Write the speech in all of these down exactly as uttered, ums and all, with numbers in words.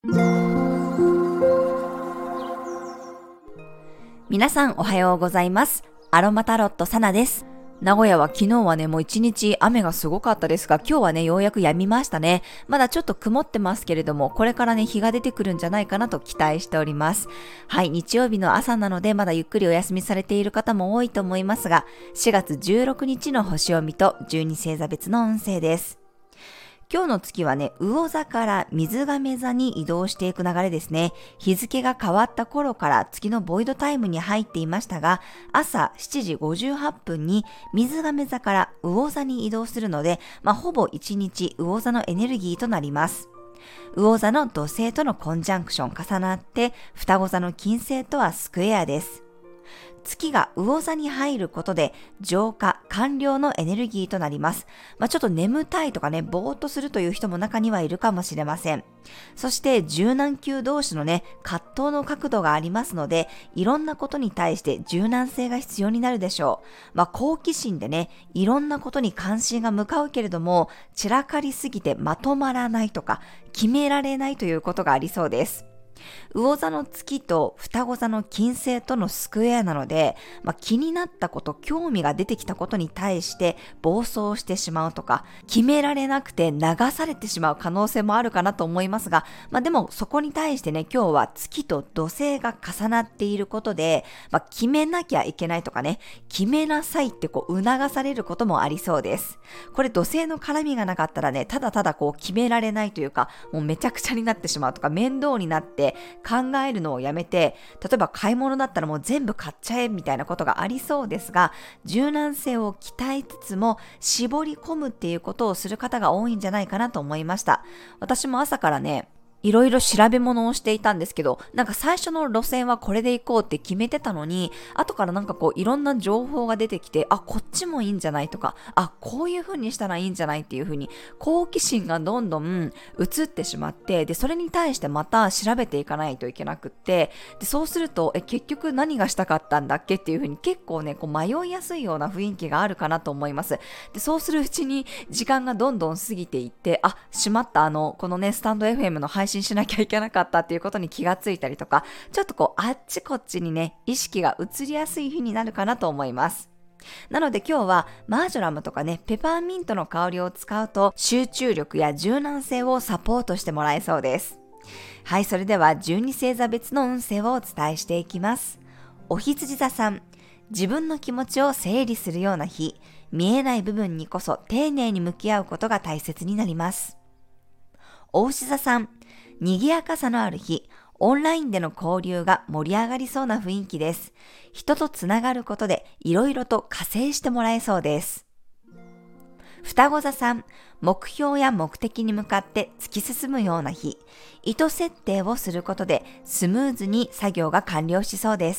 皆さんおはようございます。アロマタロットサナです。名古屋は昨日はね、もう一日雨がすごかったですが、今日はね、ようやく止みましたね。まだちょっと曇ってますけれども、これからね、日が出てくるんじゃないかなと期待しております。はい、日曜日の朝なので、まだゆっくりお休みされている方も多いと思いますが、しがつじゅうろくにちの星読みとじゅうに星座別の運勢です。今日の月はね、魚座から水亀座に移動していく流れですね。日付が変わった頃から月のボイドタイムに入っていましたが、朝しちじごじゅうはっぷんに水亀座から魚座に移動するので、まあ、ほぼ一日魚座のエネルギーとなります。魚座の土星とのコンジャンクション重なって、双子座の金星とはスクエアです。月が魚座に入ることで浄化、完了のエネルギーとなります。まあ、ちょっと眠たいとかね、ぼーっとするという人も中にはいるかもしれません。そして柔軟球同士のね、葛藤の角度がありますので、いろんなことに対して柔軟性が必要になるでしょう。まあ、好奇心でね、いろんなことに関心が向かうけれども、散らかりすぎてまとまらないとか、決められないということがありそうです。魚座の月と双子座の金星とのスクエアなので、まあ、気になったこと、興味が出てきたことに対して暴走してしまうとか、決められなくて流されてしまう可能性もあるかなと思いますが、まあ、でもそこに対してね、今日は月と土星が重なっていることで、まあ、決めなきゃいけないとかね、決めなさいってこう促されることもありそうです。これ土星の絡みがなかったらね、ただただこう決められないというか、もうめちゃくちゃになってしまうとか、面倒になって考えるのをやめて、例えば買い物だったらもう全部買っちゃえみたいなことがありそうですが、柔軟性を鍛えつつも絞り込むっていうことをする方が多いんじゃないかなと思いました。私も朝からね、いろいろ調べ物をしていたんですけど、なんか最初の路線はこれで行こうって決めてたのに、後からなんかこういろんな情報が出てきて、あ、こっちもいいんじゃないとか、あ、こういう風にしたらいいんじゃないっていう風に、好奇心がどんどん移ってしまって、で、それに対してまた調べていかないといけなくって、で、そうすると、え、結局何がしたかったんだっけっていう風に結構ね、こう迷いやすいような雰囲気があるかなと思います。で、そうするうちに時間がどんどん過ぎていって、あ、しまった、あの、このね、スタンド エフエム の配信しなきゃいけなかったっていうことに気がついたりとか、ちょっとこうあっちこっちにね、意識が移りやすい日になるかなと思います。なので今日はマージョラムとかね、ペパーミントの香りを使うと集中力や柔軟性をサポートしてもらえそうです。はい、それではじゅうに星座別の運勢をお伝えしていきます。お羊座さん、自分の気持ちを整理するような日、見えない部分にこそ丁寧に向き合うことが大切になります。お牛座さん、賑やかさのある日、オンラインでの交流が盛り上がりそうな雰囲気です。人とつながることでいろいろと加勢してもらえそうです。双子座さん、目標や目的に向かって突き進むような日、意図設定をすることでスムーズに作業が完了しそうです。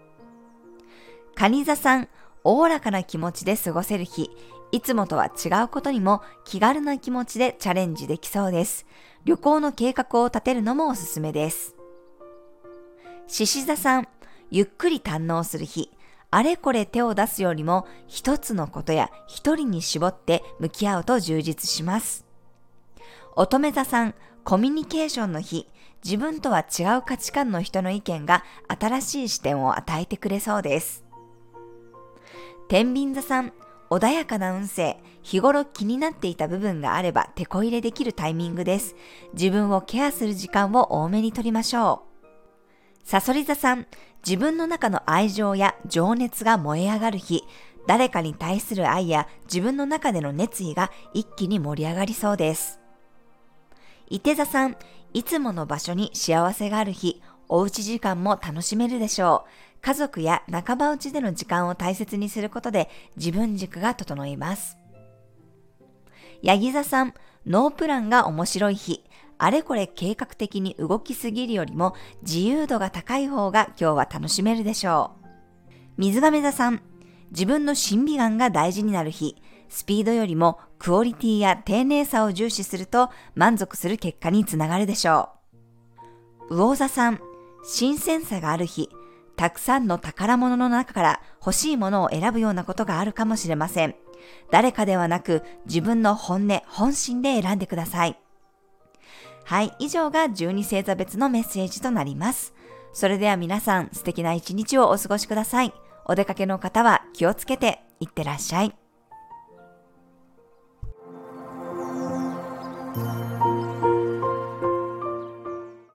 蟹座さん、おおらかな気持ちで過ごせる日、いつもとは違うことにも気軽な気持ちでチャレンジできそうです。旅行の計画を立てるのもおすすめです。獅子座さん、ゆっくり堪能する日、あれこれ手を出すよりも一つのことや一人に絞って向き合うと充実します。乙女座さん、コミュニケーションの日、自分とは違う価値観の人の意見が新しい視点を与えてくれそうです。天秤座さん、穏やかな運勢、日頃気になっていた部分があれば手こ入れできるタイミングです。自分をケアする時間を多めに取りましょう。さそり座さん、自分の中の愛情や情熱が燃え上がる日、誰かに対する愛や自分の中での熱意が一気に盛り上がりそうです。いて座さん、いつもの場所に幸せがある日、おうち時間も楽しめるでしょう。家族や仲間内での時間を大切にすることで自分軸が整います。ヤギ座さん、ノープランが面白い日、あれこれ計画的に動きすぎるよりも自由度が高い方が今日は楽しめるでしょう。水亀座さん、自分の審美眼が大事になる日、スピードよりもクオリティや丁寧さを重視すると満足する結果につながるでしょう。魚座さん、新鮮さがある日、たくさんの宝物の中から欲しいものを選ぶようなことがあるかもしれません。誰かではなく自分の本音、本心で選んでください。 はい、以上がじゅうに星座別のメッセージとなります。それでは皆さん、素敵な一日をお過ごしください。お出かけの方は気をつけていってらっしゃい。